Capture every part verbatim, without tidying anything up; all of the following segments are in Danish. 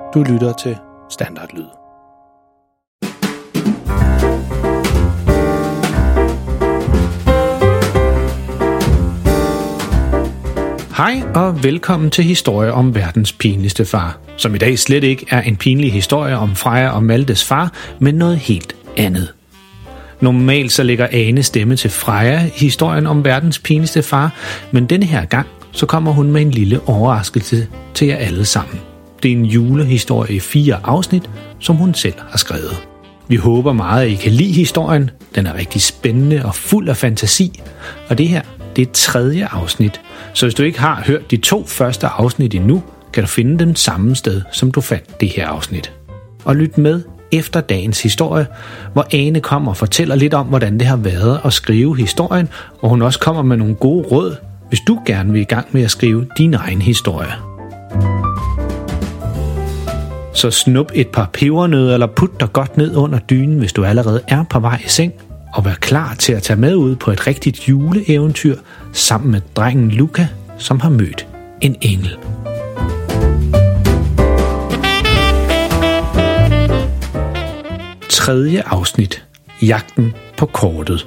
Du lytter til Standardlyd. Hej og velkommen til Historie om verdens pinligste far, som i dag slet ikke er en pinlig historie om Freja og Maltes far, men noget helt andet. Normalt så lægger Ane stemme til Freja i historien om verdens pinligste far, men denne her gang så kommer hun med en lille overraskelse til jer alle sammen. Det er en julehistorie i fire afsnit, som hun selv har skrevet. Vi håber meget, at I kan lide historien. Den er rigtig spændende og fuld af fantasi, og det her, det er tredje afsnit. Så hvis du ikke har hørt de to første afsnit endnu, kan du finde dem samme sted, som du fandt det her afsnit. Og lyt med efter dagens historie, hvor Ane kommer og fortæller lidt om, hvordan det har været at skrive historien, og hun også kommer med nogle gode råd, hvis du gerne vil i gang med at skrive din egen historie. Så snup et par pebernødder eller put dig godt ned under dynen, hvis du allerede er på vej i seng, og vær klar til at tage med ud på et rigtigt juleeventyr sammen med drengen Luca, som har mødt en engel. Tredje afsnit. Jagten på kortet.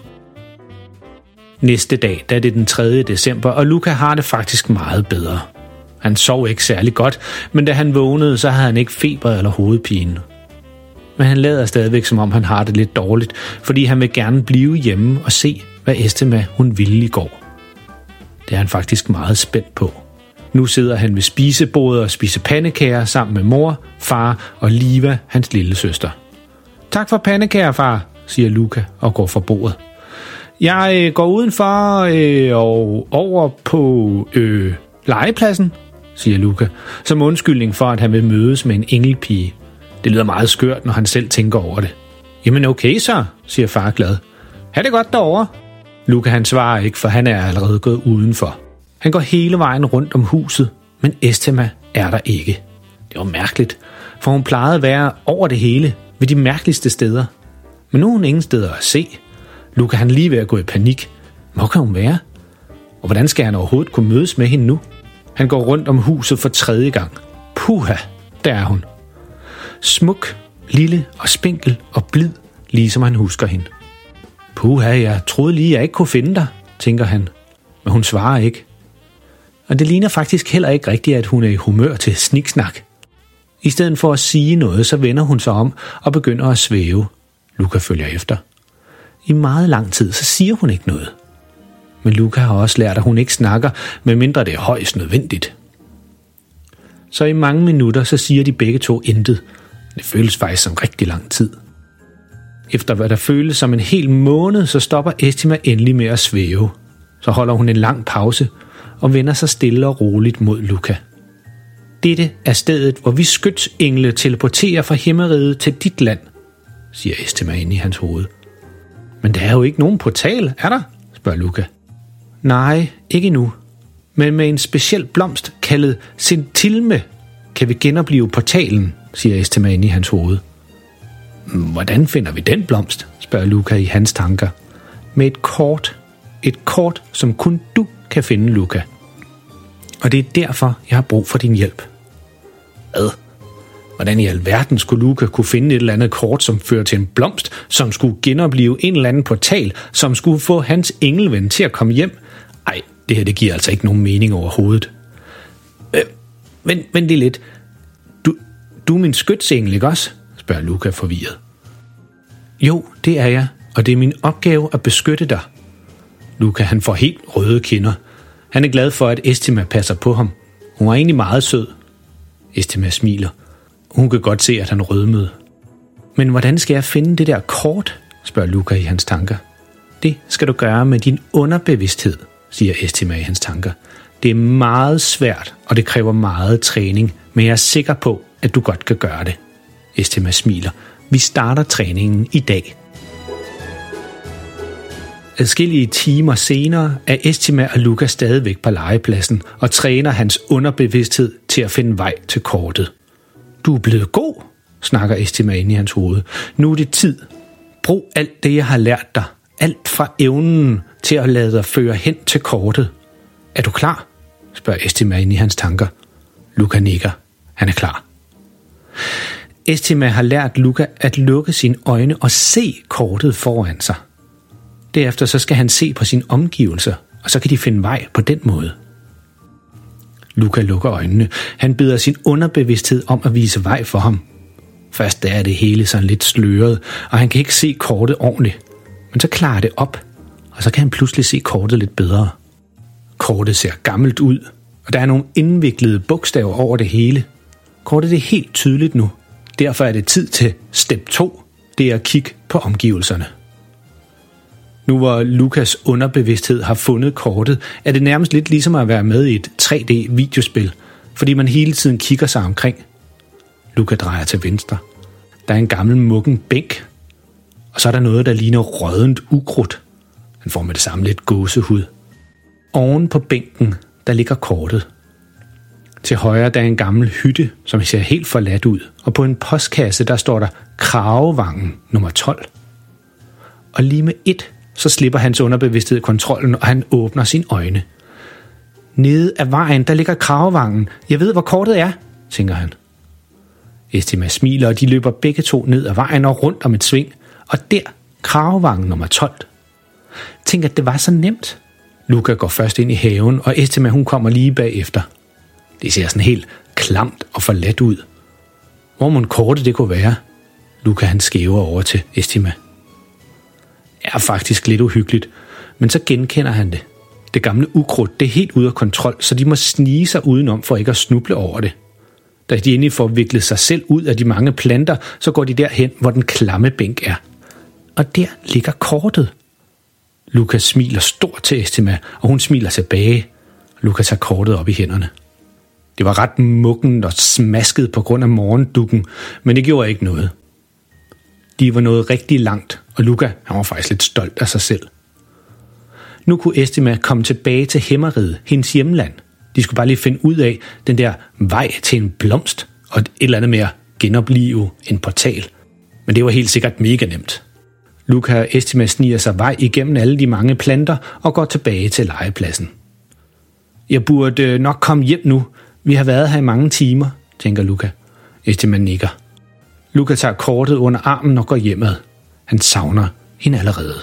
Næste dag, da det er den tredje december, og Luca har det faktisk meget bedre. Han sov ikke særlig godt, men da han vågnede, så havde han ikke feber eller hovedpine. Men han lader stadigvæk, som om han har det lidt dårligt, fordi han vil gerne blive hjemme og se, hvad Estima hun ville i går. Det er han faktisk meget spændt på. Nu sidder han ved spisebordet og spiser pandekager sammen med mor, far og Liva, hans lille søster. Tak for pandekager, far, siger Luca og går fra bordet. Jeg øh, går udenfor øh, og over på øh, legepladsen, siger Luca, som undskyldning for, at han vil mødes med en engelpige. Det lyder meget skørt, når han selv tænker over det. Jamen okay så, siger far glad. Ha' det godt derovre. Luca han svarer ikke, for han er allerede gået udenfor. Han går hele vejen rundt om huset, men Estima er der ikke. Det var mærkeligt, for hun plejede at være over det hele, ved de mærkeligste steder. Men nu er hun ingen steder at se. Luca han lige ved at gå i panik. Hvor kan hun være? Og hvordan skal han overhovedet kunne mødes med hende nu? Han går rundt om huset for tredje gang. Puha, der er hun. Smuk, lille og spinkel og blid, ligesom han husker hende. Puha, jeg troede lige, jeg ikke kunne finde dig, tænker han. Men hun svarer ikke. Og det ligner faktisk heller ikke rigtigt, at hun er i humør til sniksnak. I stedet for at sige noget, så vender hun sig om og begynder at svæve. Luca følger efter. I meget lang tid, så siger hun ikke noget. Men Luca har også lært, at hun ikke snakker, medmindre det er højst nødvendigt. Så i mange minutter, så siger de begge to intet. Det føles faktisk som rigtig lang tid. Efter hvad der føles som en hel måned, så stopper Estima endelig med at svæve. Så holder hun en lang pause og vender sig stille og roligt mod Luca. Dette er stedet, hvor vi skytsengle teleporterer fra himmeriget til dit land, siger Estima inde i hans hoved. Men der er jo ikke nogen portal, er der? Spørger Luca. Nej, ikke endnu. Men med en speciel blomst kaldet Sentilme kan vi genopleve portalen, siger Estima inde i hans hoved. Hvordan finder vi den blomst? Spørger Luca i hans tanker. Med et kort. Et kort, som kun du kan finde, Luca. Og det er derfor, jeg har brug for din hjælp. Hvad? Hvordan i alverden skulle Luca kunne finde et eller andet kort, som fører til en blomst, som skulle genopleve en eller anden portal, som skulle få hans engelven til at komme hjem? Ej, det her det giver altså ikke nogen mening overhovedet. Øh, vent, vent lige lidt. Du, du er min skytsengel, ikke også? Spørger Luca forvirret. Jo, det er jeg, og det er min opgave at beskytte dig. Luca han får helt røde kinder. Han er glad for, at Estima passer på ham. Hun er egentlig meget sød. Estima smiler. Hun kan godt se, at han rødmede. Men hvordan skal jeg finde det der kort? Spørger Luca i hans tanker. Det skal du gøre med din underbevidsthed, siger Estima i hans tanker. Det er meget svært, og det kræver meget træning, men jeg er sikker på, at du godt kan gøre det. Estima smiler. Vi starter træningen i dag. Adskillige timer senere er Estima og Luca stadigvæk på legepladsen og træner hans underbevidsthed til at finde vej til kortet. Du er blevet god, snakker Estima inde i hans hoved. Nu er det tid. Brug alt det, jeg har lært dig. Alt fra evnen til at lade dig føre hen til kortet. Er du klar? Spørger Estima inde i hans tanker. Luca nikker. Han er klar. Estima har lært Luca at lukke sine øjne og se kortet foran sig. Derefter så skal han se på sine omgivelser, og så kan de finde vej på den måde. Luca lukker øjnene. Han beder sin underbevidsthed om at vise vej for ham. Først der er det hele sådan lidt sløret, og han kan ikke se kortet ordentligt. Men så klarer det op, og så kan han pludselig se kortet lidt bedre. Kortet ser gammelt ud, og der er nogle indviklede bogstaver over det hele. Kortet er helt tydeligt nu. Derfor er det tid til step to. Det er at kigge på omgivelserne. Nu hvor Lucas underbevidsthed har fundet kortet, er det nærmest lidt ligesom at være med i et tre D-videospil, fordi man hele tiden kigger sig omkring. Luca drejer til venstre. Der er en gammel muggen bænk, og så er der noget, der ligner råddent ukrudt. Han får med det samme lidt gåsehud. Oven på bænken, der ligger kortet. Til højre der er en gammel hytte, som ser helt forladt ud, og på en postkasse der står der Kragevangen nummer tolv. Og lige med et, så slipper hans underbevidsthed kontrollen, og han åbner sine øjne. Nede af vejen, der ligger Kragevangen. Jeg ved, hvor kortet er, tænker han. Estima smiler, og de løber begge to ned ad vejen og rundt om et sving, og der Kragevangen nummer tolv. Tænk, at det var så nemt. Luca går først ind i haven, og Estima hun kommer lige bagefter. Det ser sådan helt klamt og forladt ud. Hvor mon kortet det kunne være? Luca han skæver over til Estima. Er faktisk lidt uhyggeligt, men så genkender han det. Det gamle ukrudt, det er helt ude af kontrol, så de må snige sig udenom for ikke at snuble over det. Da de endelig får viklet sig selv ud af de mange planter, så går de derhen, hvor den klamme bænk er. Og der ligger kortet. Luca smiler stort til Estima, og hun smiler tilbage. Luca tager kortet op i hænderne. Det var ret muggent og smasket på grund af morgendukken, men det gjorde ikke noget. De var nået rigtig langt, og Luca han var faktisk lidt stolt af sig selv. Nu kunne Estima komme tilbage til Hæmmeriget, hendes hjemland. De skulle bare lige finde ud af den der vej til en blomst, og et eller andet med at genoplive en portal. Men det var helt sikkert mega nemt. Luca og Estima sniger sig vej igennem alle de mange planter og går tilbage til legepladsen. Jeg burde nok komme hjem nu. Vi har været her i mange timer, tænker Luca. Estima nikker. Luca tager kortet under armen og går hjemad. Han savner hende allerede.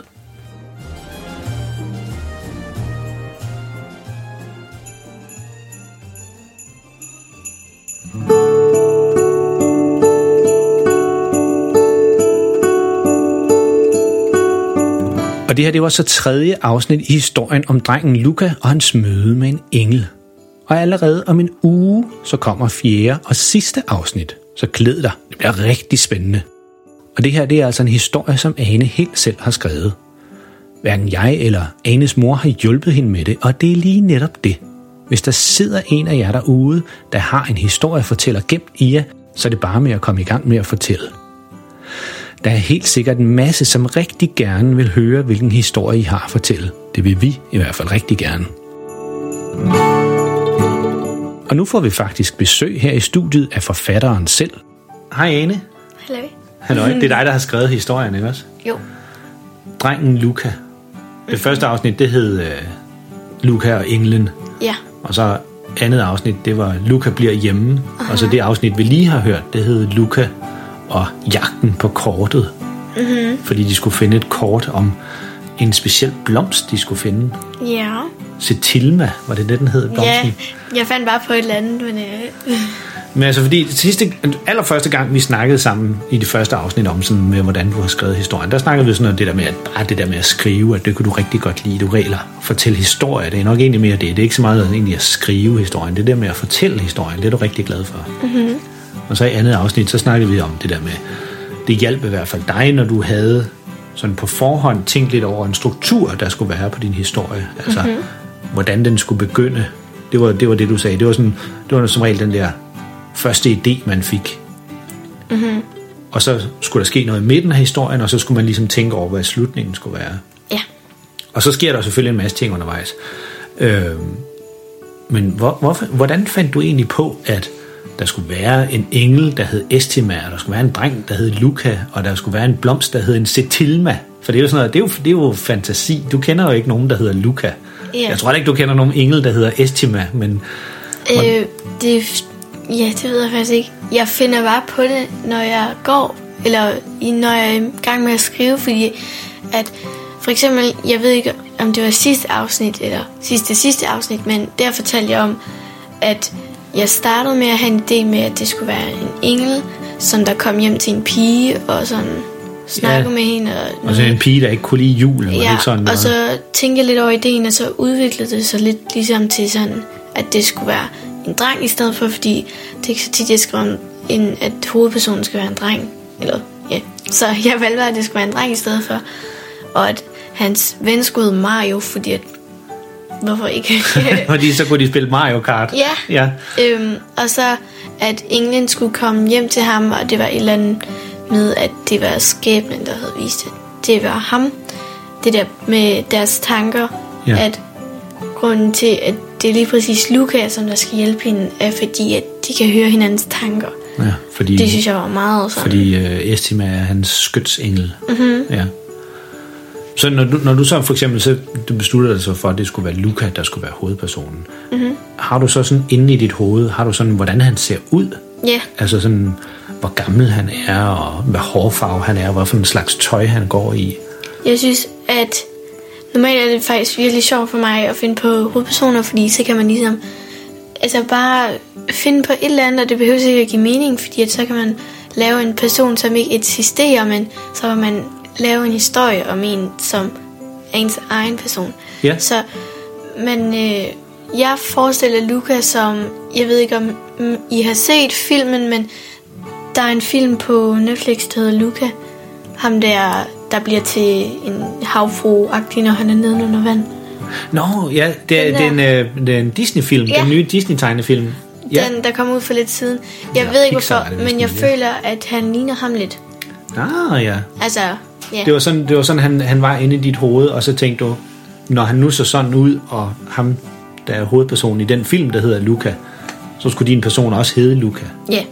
Og det her, det var så tredje afsnit i historien om drengen Luca og hans møde med en engel. Og allerede om en uge, så kommer fjerde og sidste afsnit. Så glæd dig, det bliver rigtig spændende. Og det her, det er altså en historie, som Ane helt selv har skrevet. Hverken jeg eller Anes mor har hjulpet hende med det, og det er lige netop det. Hvis der sidder en af jer derude, der har en historiefortæller gemt i jer, så er det bare med at komme i gang med at fortælle. Der er helt sikkert en masse, som rigtig gerne vil høre, hvilken historie I har at fortælle. Det vil vi i hvert fald rigtig gerne. Og nu får vi faktisk besøg her i studiet af forfatteren selv. Hej Ane. Hallo. Hallo, det er dig, der har skrevet historien, ikke også? Jo. Drengen Luca. Det første afsnit, det hed uh, Luca og englen. Ja. Og så andet afsnit, det var Luca bliver hjemme. Aha. Og så det afsnit, vi lige har hørt, det hed Luca og jagten på kortet. Mm-hmm. Fordi de skulle finde et kort om en speciel blomst, de skulle finde. Ja. Setilma, var det det, den hed? Blomsten? Ja, jeg fandt bare på et eller andet, men... Øh. Men altså, fordi sidste, allerførste gang, vi snakkede sammen i det første afsnit om sådan med, hvordan du har skrevet historien, der snakkede vi sådan noget det der med, at bare det der med at skrive, at det kunne du rigtig godt lide. Du regler fortælle historie, det er nok egentlig mere det. Det er ikke så meget egentlig at skrive historien, det der med at fortælle historien, det er du rigtig glad for. Mm-hmm. Og så i andet afsnit, så snakkede vi om det der med, det hjalp i hvert fald dig, når du havde sådan på forhånd tænkt lidt over en struktur, der skulle være på din historie. Altså, mm-hmm. hvordan den skulle begynde. Det var, det var det, du sagde. Det var, sådan, det var som regel den der første idé, man fik. Mm-hmm. Og så skulle der ske noget i midten af historien, og så skulle man ligesom tænke over, hvad slutningen skulle være. Ja. Og så sker der selvfølgelig en masse ting undervejs. Øh, men hvor, hvorfor, hvordan fandt du egentlig på, at der skulle være en engel, der hed Estima, og der skulle være en dreng, der hed Luca, og der skulle være en blomst, der hed en Setilma? For det er jo sådan noget, det er jo, det er jo fantasi. Du kender jo ikke nogen, der hedder Luca. Ja. Jeg tror ikke, du kender nogen engel, der hedder Estima, men... Øh, det, Ja, det ved jeg faktisk ikke. Jeg finder bare på det, når jeg går, eller når jeg er i gang med at skrive, fordi at for eksempel, jeg ved ikke, om det var sidste afsnit, eller sidste sidste afsnit, men der fortalte jeg om, at jeg startede med at have en idé med, at det skulle være en engel, som der kom hjem til en pige, og sådan snakke ja. med hende. Og, og så en pige, der ikke kunne lide julen. Ja, ikke sådan og så tænkte jeg lidt over ideen, og så udviklede det sig lidt ligesom til sådan, at det skulle være en dreng i stedet for, fordi det er ikke så tit, jeg skriver, en, at hovedpersonen skal være en dreng. Eller, ja. Så jeg valgte, at det skulle være en dreng i stedet for. Og at hans ven skulle hedde Mario, fordi at... Hvorfor ikke? Fordi så kunne de spille Mario Kart. Ja. ja. Øhm, og så at englen skulle komme hjem til ham, og det var et eller andet med, at det var skæbnen, der havde vist det. Det var ham. Det der med deres tanker, ja. At grunden til, at det er lige præcis Luca, som der skal hjælpe hende, er fordi, at de kan høre hinandens tanker. Ja, fordi, det synes jeg var meget sådan. Fordi uh, Estima er hans skytsengel. Mm-hmm. Ja. Så når du, når du så for eksempel så du beslutter dig så for, at det skulle være Luca, der skulle være hovedpersonen, mm-hmm. har du så sådan inde i dit hoved, har du sådan, hvordan han ser ud? Ja. Yeah. Altså sådan, hvor gammel han er, og hvad hårfarve han er, hvad for en slags tøj han går i? Jeg synes, at normalt er det faktisk virkelig sjovt for mig at finde på hovedpersoner, fordi så kan man ligesom altså bare finde på et eller andet, og det behøver ikke at give mening, fordi at så kan man lave en person, som ikke eksisterer, men så kan man lave en historie om en, som er ens egen person. Ja. Så, men øh, jeg forestiller Luca som, jeg ved ikke om I har set filmen, men der er en film på Netflix, der hedder Luca. Ham der, der bliver til en havfru-agtig, når han er nede under vand. Nå, ja, det er, den det er, en, det er en Disney-film, ja. Den nye Disney-tegnefilm. Ja. Den, der kom ud for lidt siden. Jeg ja, ved ikke hvorfor, men jeg føler, at han ligner ham lidt. Ah, ja. Altså, ja. Det var sådan, det var sådan han, han var inde i dit hoved, og så tænkte du, når han nu så sådan ud, og ham, der er hovedpersonen i den film, der hedder Luca, så skulle din person også hedde Luca. Ja,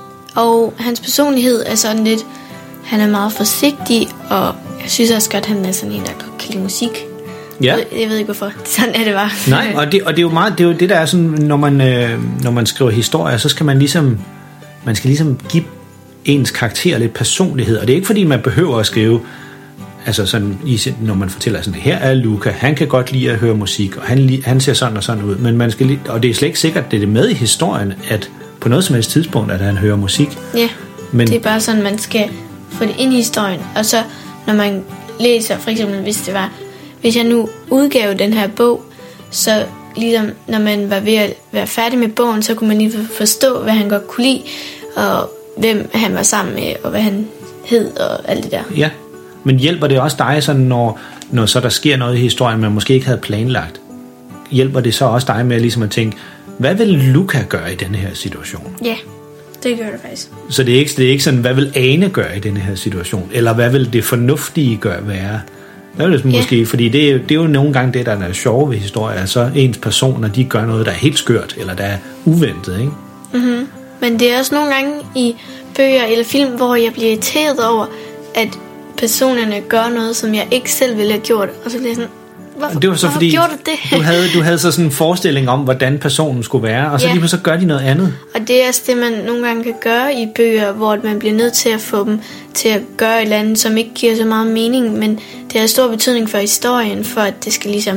og hans personlighed er sådan lidt, han er meget forsigtig, og jeg synes også godt, han er sådan en, der godt kan lide musik. Ja. Jeg, jeg ved ikke hvorfor, sådan er det bare. Nej, og det, og det er jo meget, det er jo det der er sådan, når man, øh, når man skriver historier, så skal man ligesom, man skal ligesom give ens karakter lidt personlighed, og det er ikke fordi man behøver at skrive, altså sådan, når man fortæller sådan, her er Luca, han kan godt lide at høre musik, og han, han ser sådan og sådan ud, men man skal lige, og det er slet ikke sikkert, det er det med i historien, at på noget som helst tidspunkt, at han hører musik. Ja, men det er bare sådan, man skal få det ind i historien, og så når man læser, for eksempel hvis det var, hvis jeg nu udgav den her bog, så ligesom når man var ved at være færdig med bogen, så kunne man lige forstå, hvad han godt kunne lide, og hvem han var sammen med, og hvad han hed, og alt det der. Ja, men hjælper det også dig, sådan, når, når så der sker noget i historien, man måske ikke havde planlagt? Hjælper det så også dig med ligesom at tænke, hvad vil Luca gøre i denne her situation? Ja, det gør det faktisk. Så det er ikke, det er ikke sådan, hvad vil Ane gøre i denne her situation? Eller hvad vil det fornuftige gøre være? Det er det måske, ja. Fordi det er, det er jo nogle gange det, der er sjove ved historier, altså ens personer, de gør noget, der er helt skørt, eller der er uventet, ikke? Mhm. Men det er også nogle gange i bøger eller film, hvor jeg bliver irriteret over, at personerne gør noget, som jeg ikke selv ville have gjort. Og så bliver jeg sådan, hvorfor, det var så, hvorfor fordi gjorde du det? du havde, du havde så sådan en forestilling om, hvordan personen skulle være, og så ja. lige så gør de noget andet. Og det er også det, man nogle gange kan gøre i bøger, hvor man bliver nødt til at få dem til at gøre et eller andet, som ikke giver så meget mening, men det har stor betydning for historien, for at det skal ligesom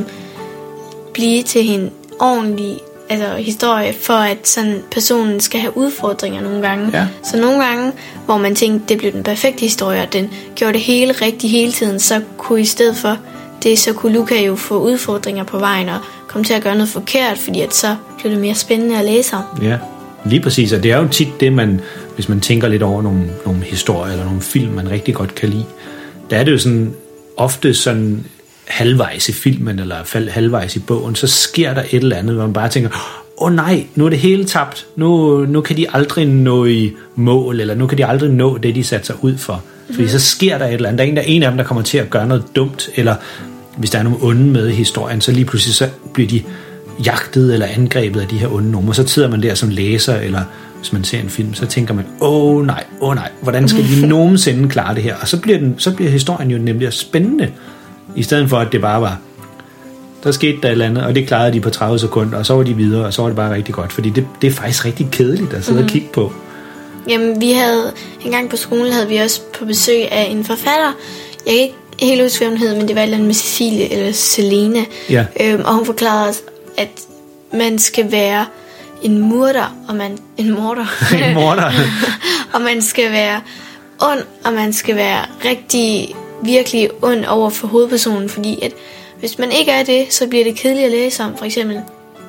blive til en ordentlig altså historie, for at sådan personen skal have udfordringer nogle gange. Ja. Så nogle gange, hvor man tænkte, det blev den perfekte historie, og den gjorde det hele rigtigt hele tiden, så kunne i stedet for det, så kunne Luca jo få udfordringer på vejen, og komme til at gøre noget forkert, fordi at så blev det mere spændende at læse om. Ja, lige præcis, og det er jo tit det, man, hvis man tænker lidt over nogle, nogle historier, eller nogle film, man rigtig godt kan lide, der er det jo sådan, ofte sådan halvvejs i filmen, eller halvvejs i bogen, så sker der et eller andet, hvor man bare tænker, åh oh, nej, nu er det hele tabt, nu, nu kan de aldrig nå i mål, eller nu kan de aldrig nå det, de satte sig ud for. Fordi mm-hmm. så sker der et eller andet, der er en, der er en af dem, der kommer til at gøre noget dumt, eller hvis der er nogle onde med i historien, så lige pludselig så bliver de jagtet eller angrebet af de her onde nogen, og så sidder man der som læser, eller hvis man ser en film, så tænker man, åh oh, nej, åh oh, nej, hvordan skal de nogensinde klare det her? Og så bliver, den, så bliver historien jo nemlig spændende, i stedet for at det bare var der skete der et eller andet, og det klarede de på tredive sekunder, og så var de videre, og så var det bare rigtig godt, fordi det, det er faktisk rigtig kedeligt at sidde mm. og kigge på. Jamen, vi havde, en gang på skolen havde vi også på besøg af en forfatter. Jeg kan ikke helt huske, hvad hun hed, men det var et eller andet med Cecilie eller Selena. Ja. Øhm, og hun forklarede os, at man skal være en murder, og man, en morder. en morder. og man skal være ond, og man skal være rigtig, virkelig ond over for hovedpersonen, fordi at hvis man ikke er det, så bliver det kedeligt at læse om. For eksempel,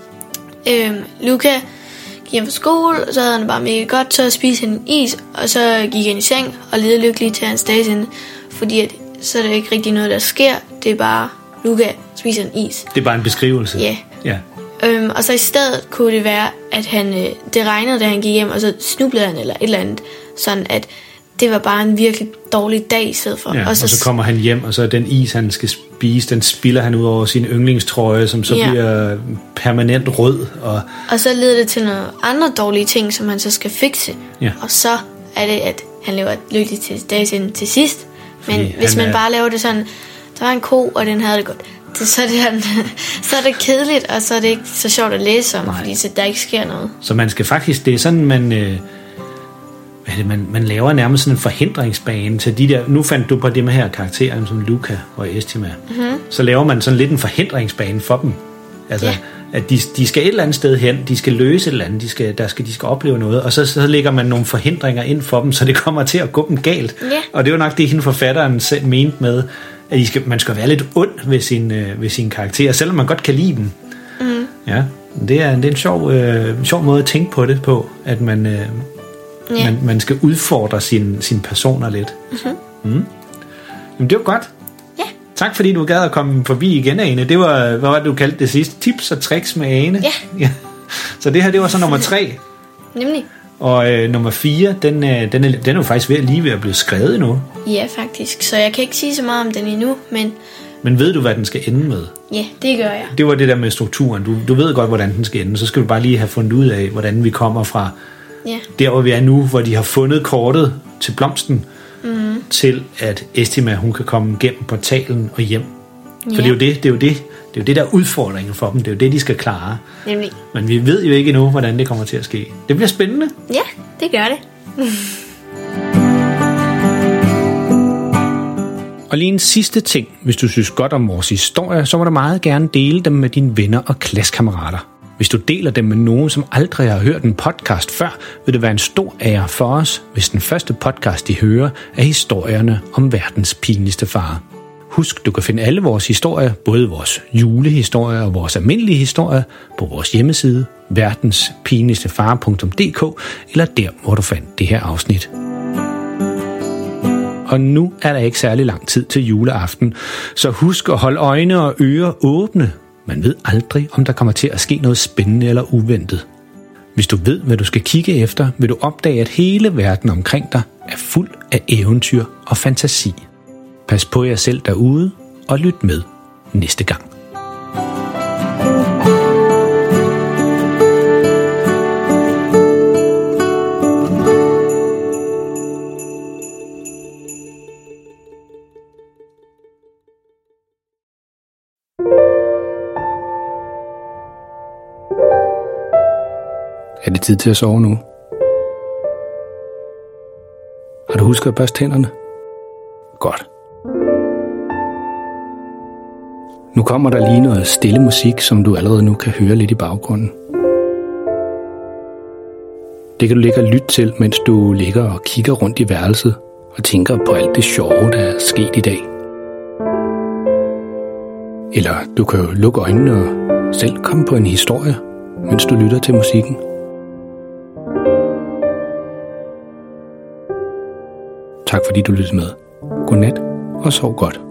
øhm, Luca gik hjem på skole, og så havde han bare mega godt, så spiste han en is, og så gik han i seng og levede lykkelig til hans dages ende, fordi at, så er det ikke rigtig noget, der sker. Det er bare, Luca spiser en is. Det er bare en beskrivelse. Ja. Ja. Øhm, og så i stedet kunne det være, at han, øh, det regnede, da han gik hjem, og så snublede han eller et eller andet, sådan at det var bare en virkelig dårlig dag i stedet for. Ja, og, så, og så kommer han hjem, og så den is, han skal spise, den spiller han ud over sin yndlingstrøje, som så ja. bliver permanent rød. Og, og så leder det til nogle andre dårlige ting, som han så skal fikse. Ja. Og så er det, at han lever lykkeligt til dagens ende til sidst. Men Fordi hvis man er... bare laver det sådan, der var en ko, og den havde det godt, det, så, er det, så er det kedeligt, og så er det ikke så sjovt at læse om, Nej. fordi så der ikke sker noget. Så man skal faktisk, det er sådan, man... Øh, hvad er det, man, man laver nærmest sådan en forhindringsbane til de der... Nu fandt du på det med her karakterer, som Luca og Estima. Mm-hmm. Så laver man sådan lidt en forhindringsbane for dem. Altså, yeah. at de, de skal et eller andet sted hen, de skal løse et eller andet, de skal, der skal, de skal opleve noget, og så, så lægger man nogle forhindringer ind for dem, så det kommer til at gå dem galt. Yeah. Og det var nok det, hende forfatteren selv mente med, at de skal, man skal være lidt ond ved sin, øh, ved sin karakter, selvom man godt kan lide dem. Mm. Ja, det er, det er en sjov, øh, sjov måde at tænke på det på, at man... Øh, Yeah. Man, man skal udfordre sine sin personer lidt. Mm-hmm. Mm. Jamen, det var godt. Yeah. Tak fordi du gad at komme forbi igen, Ane. Det var, hvad var det, du kaldte det sidste? Tips og tricks med Ane. Yeah. Ja. Så det her, det var så nummer tre. Nemlig. Og øh, nummer fire, den, øh, den, er, den er jo faktisk ved, lige ved at blive skrevet nu. Ja, faktisk. Så jeg kan ikke sige så meget om den endnu, men... Men ved du, hvad den skal ende med? Ja, det gør jeg. Det var det der med strukturen. Du, du ved godt, hvordan den skal ende. Så skal du bare lige have fundet ud af, hvordan vi kommer fra... Yeah. Der hvor vi er nu, hvor de har fundet kortet til blomsten, mm. til at Estima, hun kan komme gennem portalen og hjem. For yeah. det er jo det, det er jo det, det er jo det der udfordringen for dem. Det er jo det, de skal klare. Nemlig. Men vi ved jo ikke endnu, hvordan det kommer til at ske. Det bliver spændende. Ja, det gør det. Og lige en sidste ting, hvis du synes godt om vores historie, så må du meget gerne dele dem med dine venner og klassekammerater. Hvis du deler dem med nogen, som aldrig har hørt en podcast før, vil det være en stor ære for os, hvis den første podcast, de hører, er historierne om verdens pinligste far. Husk, du kan finde alle vores historier, både vores julehistorier og vores almindelige historier, på vores hjemmeside verdenspinligstefar punktum d k, eller der, hvor du fandt det her afsnit. Og nu er der ikke særlig lang tid til juleaften, så husk at holde øjne og ører åbne. Man ved aldrig, om der kommer til at ske noget spændende eller uventet. Hvis du ved, hvad du skal kigge efter, vil du opdage, at hele verden omkring dig er fuld af eventyr og fantasi. Pas på jer selv derude, og lyt med næste gang. Er det tid til at sove nu? Har du husket at børste tænderne? Godt. Nu kommer der lige noget stille musik, som du allerede nu kan høre lidt i baggrunden. Det kan du ligge og lytte til, mens du ligger og kigger rundt i værelset og tænker på alt det sjove, der er sket i dag. Eller du kan jo lukke øjnene og selv komme på en historie, mens du lytter til musikken. Tak fordi du lyttede med. Godnat og sov godt.